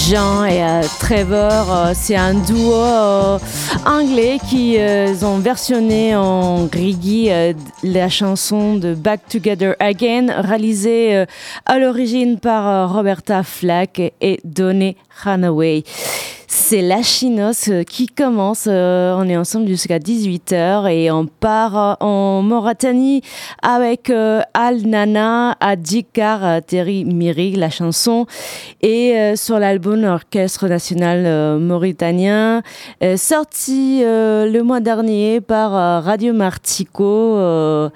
Jean et Trevor, c'est un duo anglais qui ont versionné en reggae la chanson de Back Together Again, réalisée à l'origine par Roberta Flack et Donny Hathaway. C'est la Chinos qui commence, on est ensemble jusqu'à 18h et on part en Mauritanie avec Al Nana, Adjikar, Terry Miri, la chanson, et sur l'album Orchestre National Mauritanien, sorti le mois dernier par Radio Martico.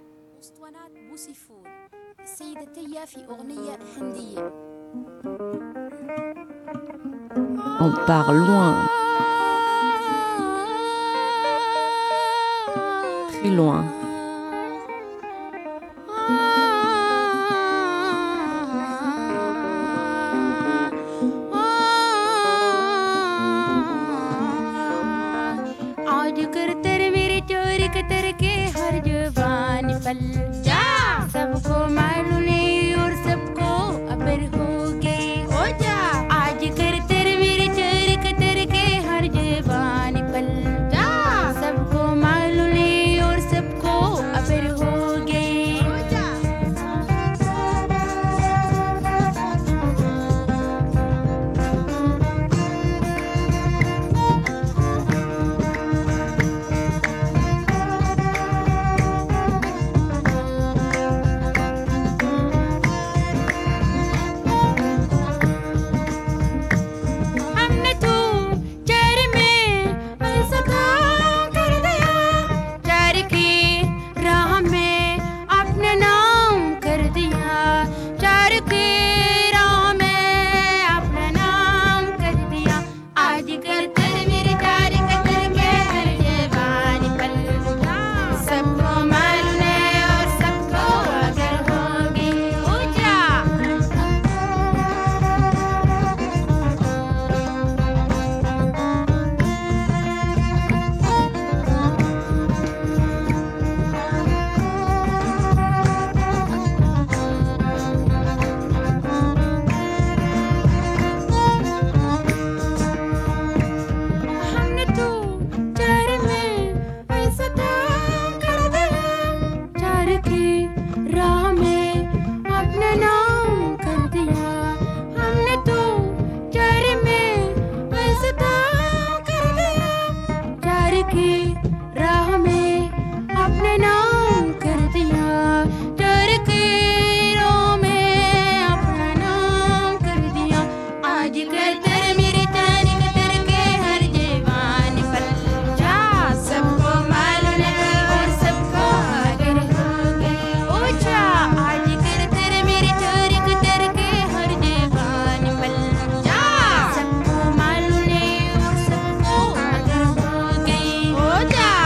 On part loin. Très loin. आज कर तेरे मेरे चोरी के तेरे के हर जुबान पल जा सबको मालूम नहीं और सबको अबर हो गई हो जा आज कर तेरे मेरे चोरी के तेरे के हर जुबान पल जा सबको मालूम नहीं और सबको अबर हो गई हो जा Oh, yeah.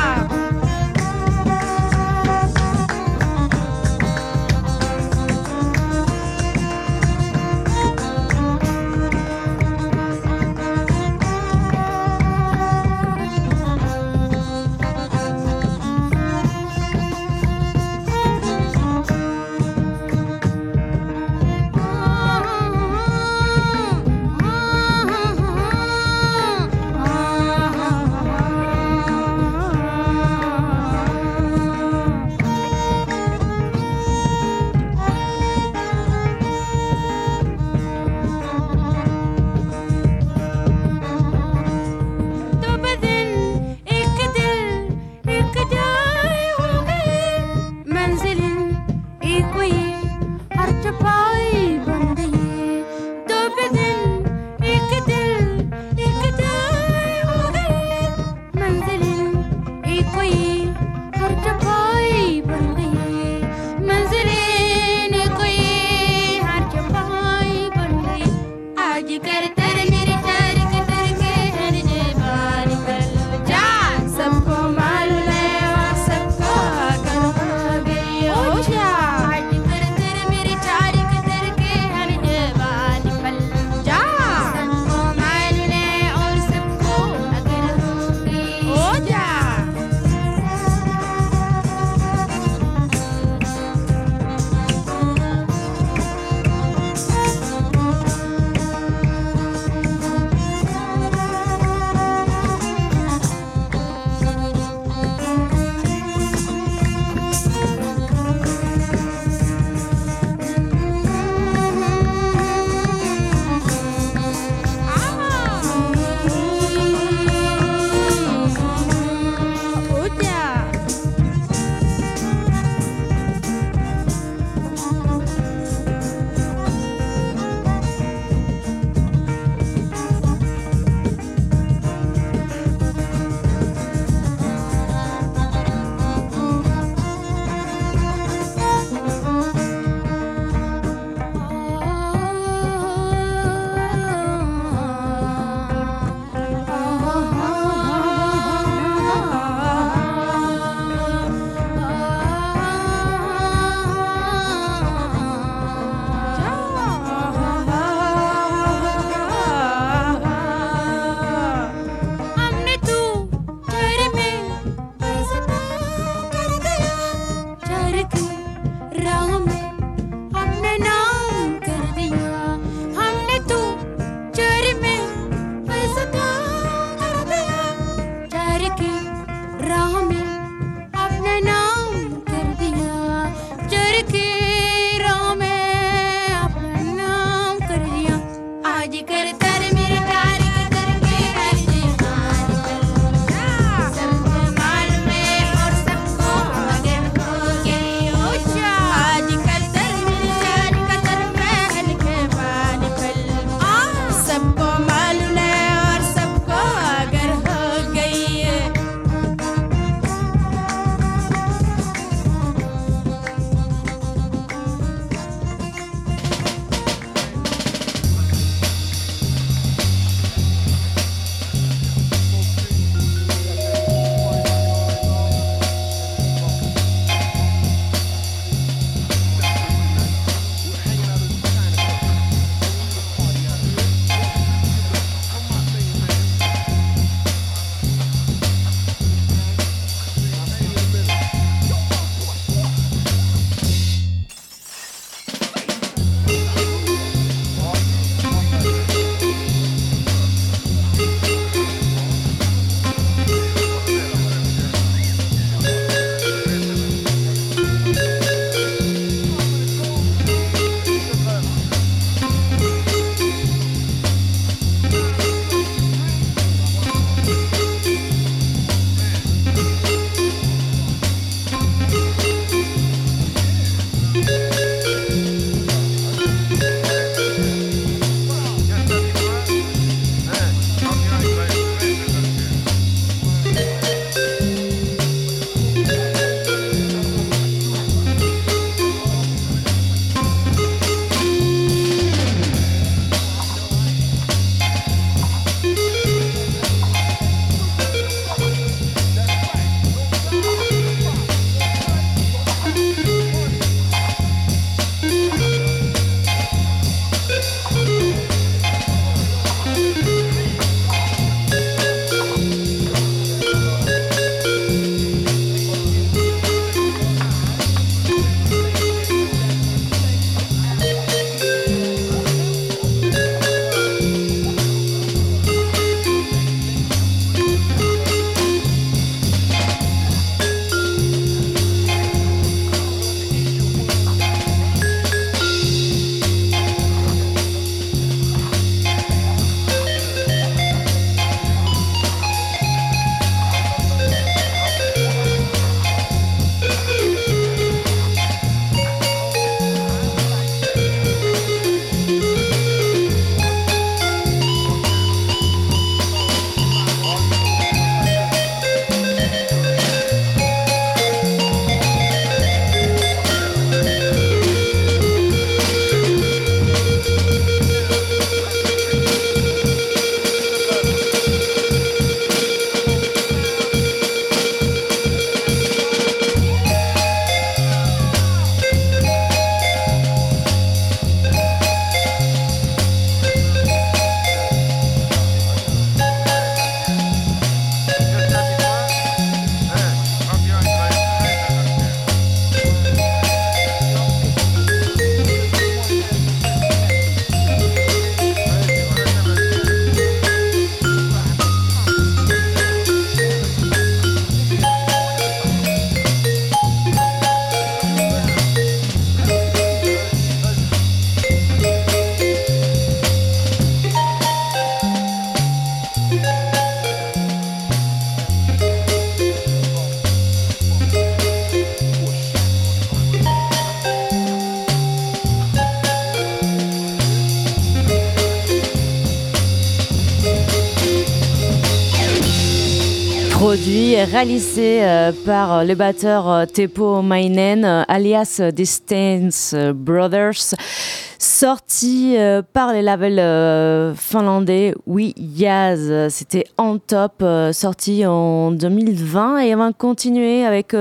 produit et réalisé par le batteur Teppo Mainen, alias The Stance Brothers, sorti par les labels finlandais Oui Jazz. C'était On Top, sorti en 2020 et on va continuer avec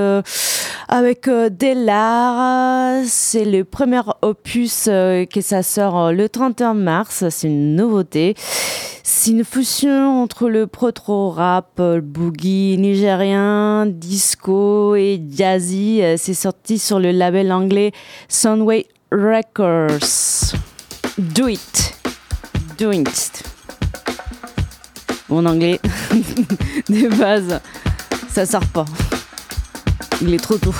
Delar. C'est le premier opus que ça sort le 31 mars. C'est une nouveauté. C'est une fusion entre le proto-rap, le boogie nigérien, disco et jazzy. C'est sorti sur le label anglais Soundwave Records. Do it. Do it. Mon anglais, de base, ça sort pas. Il est trop tôt.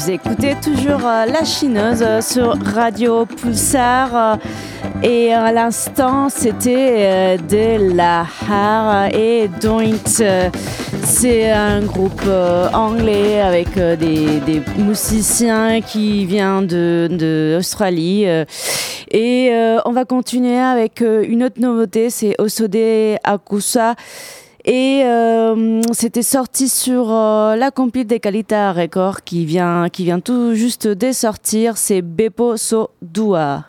Vous écoutez toujours La Chineuse sur Radio Pulsar. Et à l'instant, c'était de la Har et Doint. C'est un groupe anglais avec des musiciens qui viennent d'Australie. Et on va continuer avec une autre nouveauté, c'est Osode Akusa. Et c'était sorti sur la compil des Kalita Records qui vient tout juste de sortir, c'est Beppo So Dua.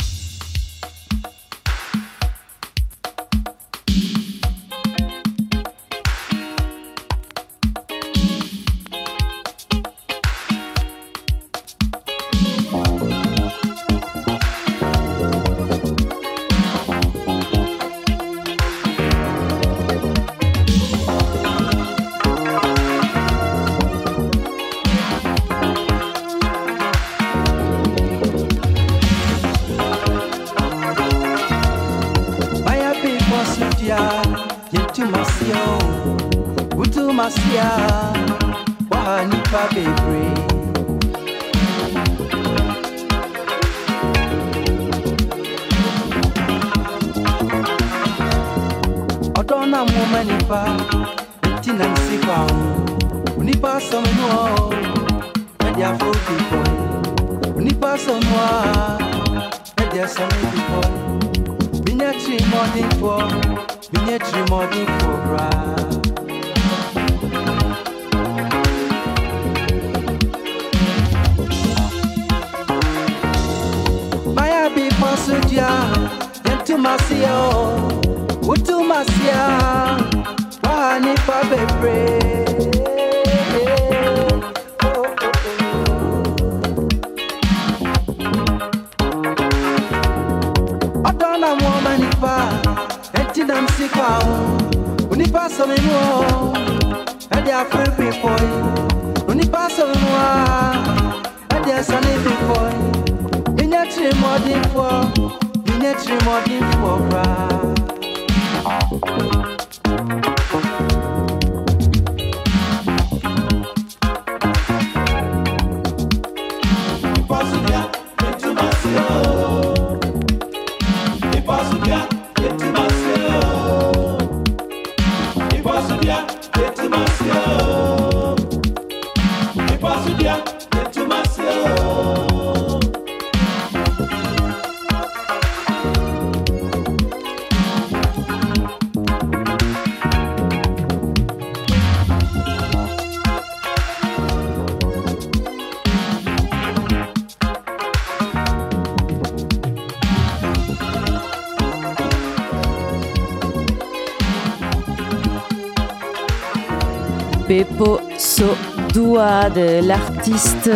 Beppo So Dua de l'artiste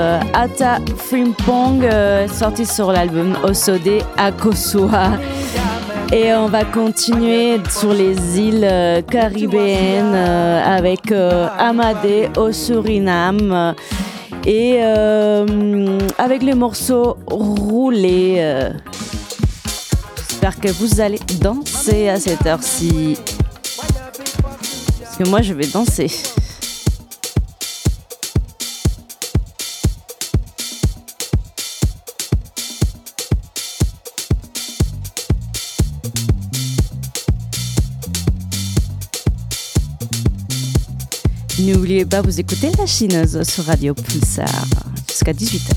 Ata Frimpong, sorti sur l'album Osode Akosua. Et on va continuer sur les îles caribéennes avec Amadé au Suriname et avec le morceau Roulé. J'espère que vous allez danser à cette heure-ci. Parce que moi, je vais danser. N'oubliez pas, vous écoutez La Chineuse sur Radio Pulsar jusqu'à 18h.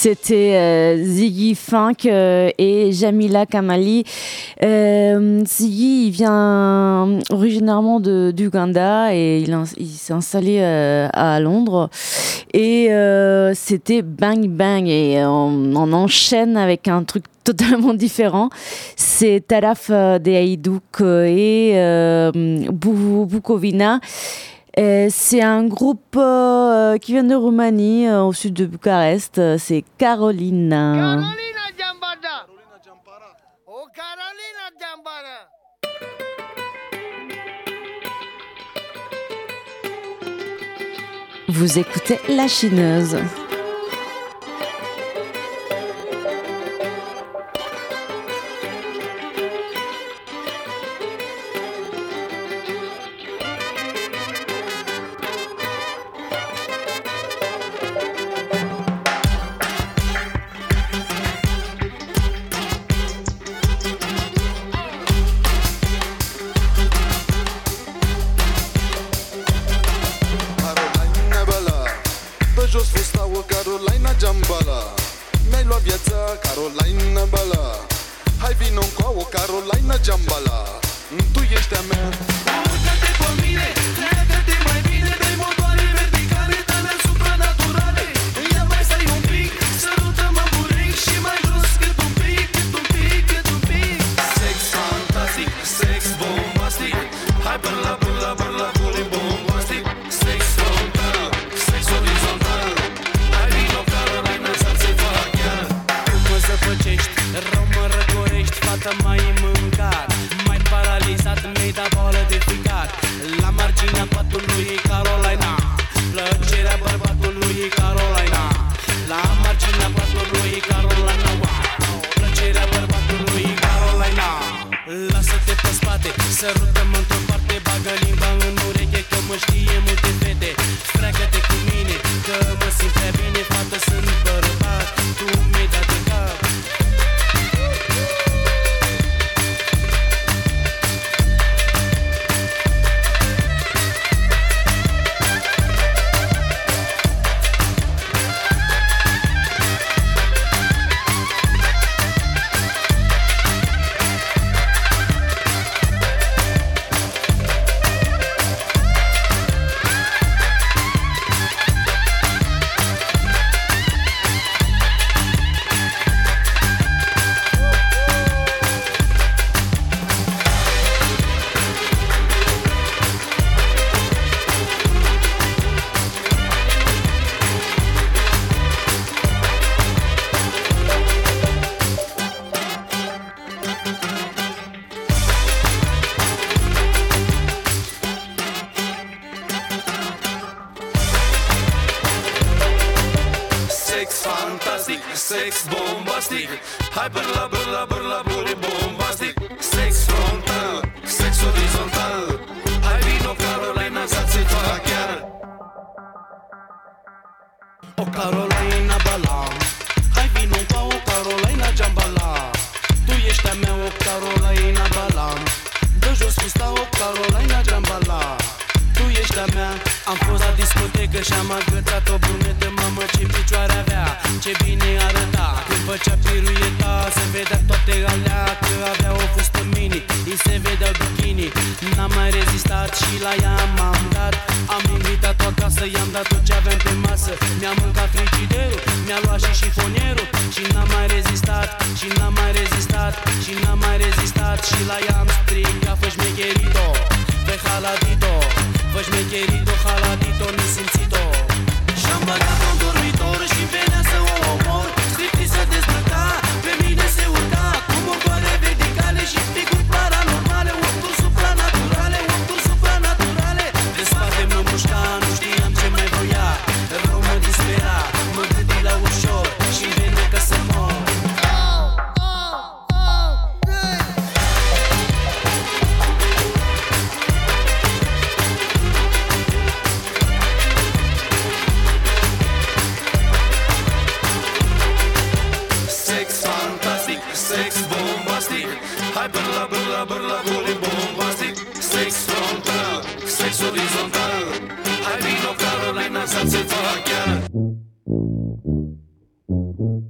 C'était Ziggy Funk et Jamila Kamali. Ziggy, il vient originairement d'Ouganda et il s'est installé à Londres. Et c'était Bang Bang. Et on enchaîne avec un truc totalement différent. C'est Taraf de Haïdouk et Bukovina. C'est un groupe qui vient de Roumanie, au sud de Bucarest. C'est Carolina. Carolina Jambada. Oh, Carolina Jambada. Vous écoutez La Chineuse. Carolina Bala, hai vino încoa, Carolina Jambala. Tu ești a mea. Urcă-te pe mine, leagă-te mai bine de motoare verticale, tale supranaturale. Ia mai stai un pic, sărută-mă buric și mai jos cât un pic, cât un pic, cât un pic. Sex fantastic, sex bombastic, hai până la buri bombastic. Sex frontal, sex orizontal, hai vino Carolina să-ți fac chiar. Zăpăcești, rău mă răcorești, fata mai mâncat, mai paralizat, mi-ai dat boală de ficat. La marginea patului e Carolina, plăcerea bărbatului e Carolina. La marginea patului e Carolina, wow, plăcerea bărbatului e Carolina. Lasă-te pe spate, sărută-mă într-o parte, bagă limba în ureche că mă știe multe fete. Streagă-te cu mine, că mă simt prea bine, fată sunt bărbat, tu mi-ai dat de cap. Sex bombastic, hai bârla, buri bombastic. Sex frontal, sex orizontal, hai vino Carolina să-ți fac chiar. O Carolina Bala, hai vino cu o Carolina Jambala. Tu ești a mea, o Carolina Bala. Dă jos fusta, o Carolina Jambala. Tu ești a mea. Am fost la discotecă și am agățat o brunetă, mamă ce picioare avea, ce bine arăta. Când făcea pirueta, se vedea toate alea, că avea o fustă mini, îi se vedea bikini. N-am mai rezistat și la ea m-am dat. Am invitat-o acasă, i-am dat tot ce aveam pe masă. Mi-am mâncat frigiderul, mi-a luat și șifonierul. Și n-am mai rezistat, și n-am mai rezistat, și n-am mai rezistat. Și la ea am strigat, fă șmecherito, pe haladito, fă șmecherito, haladito, nesimțito. Și-am băgat-o în dormitor și venea să o omor. Striptease să dezbrăca, pe mine se urca, cu motoare verticale și picuri paranormale. Octuri supranaturale, octuri supranaturale. De spate mă mușca, nu știam ce mai voia. Rău mă dispera, mă gândi la ușor și venea că să mor. Sex bombastic, hai bârla, buri bombastic. Sex frontal, sex orizontal, hai vino Carolina să-ți fac chiar.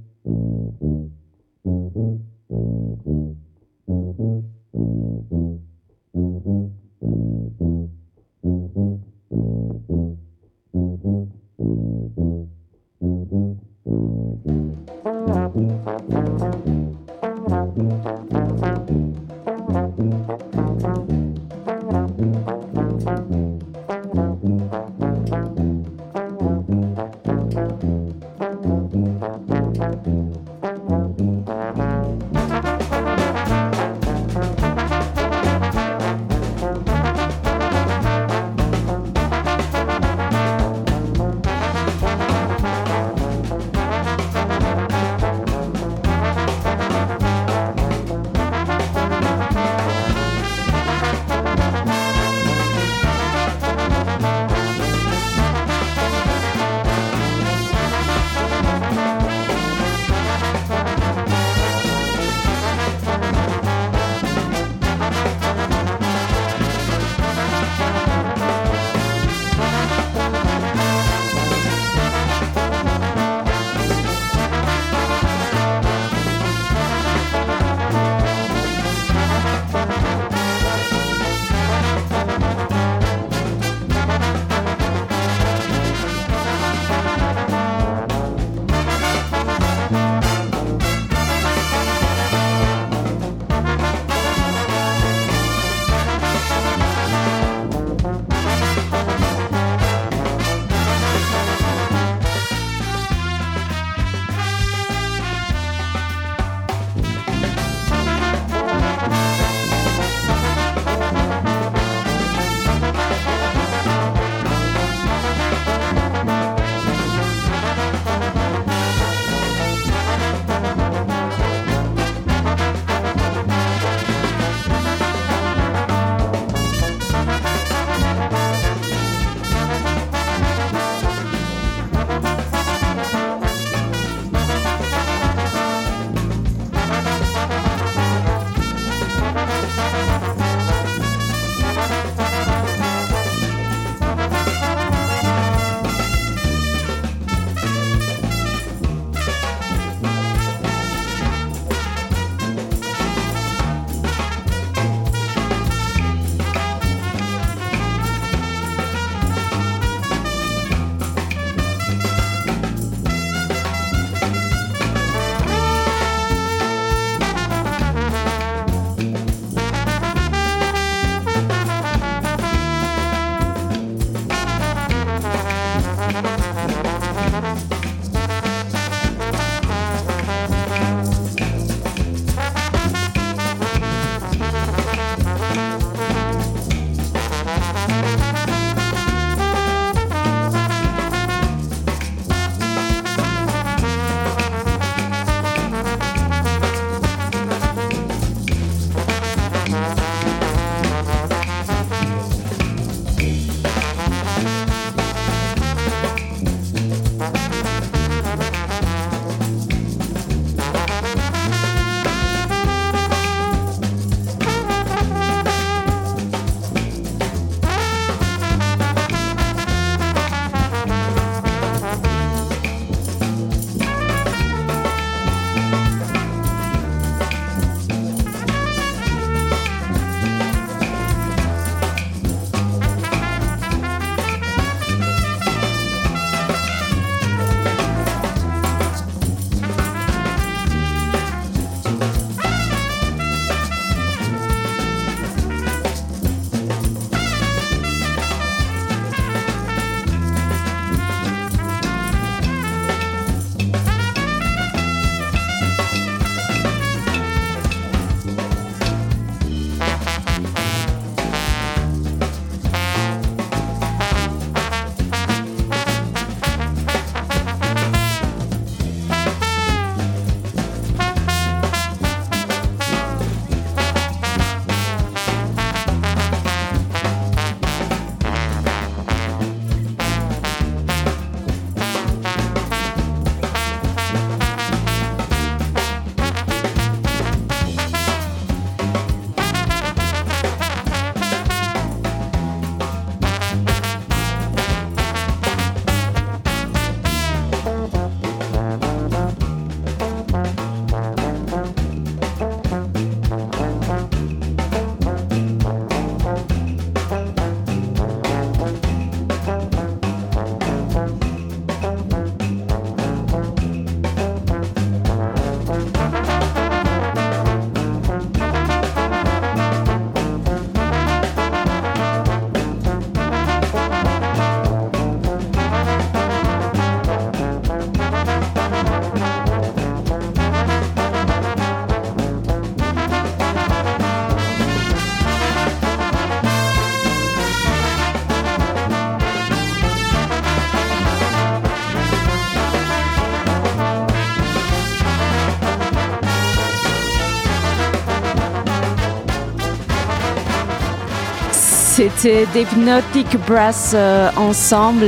C'était Hypnotic Brass Ensemble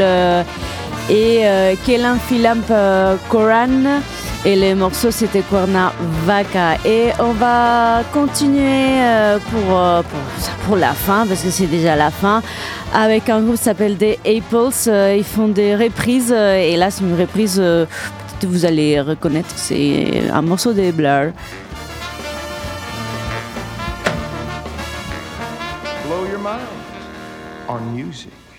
et Kelan Philamp Koran. Et le morceau, c'était Corna Vaca. Et on va continuer pour la fin, parce que c'est déjà la fin, avec un groupe qui s'appelle The Apples. Ils font des reprises. Et là, c'est une reprise, peut-être vous allez reconnaître, c'est un morceau des Blur. Blow your mind on music.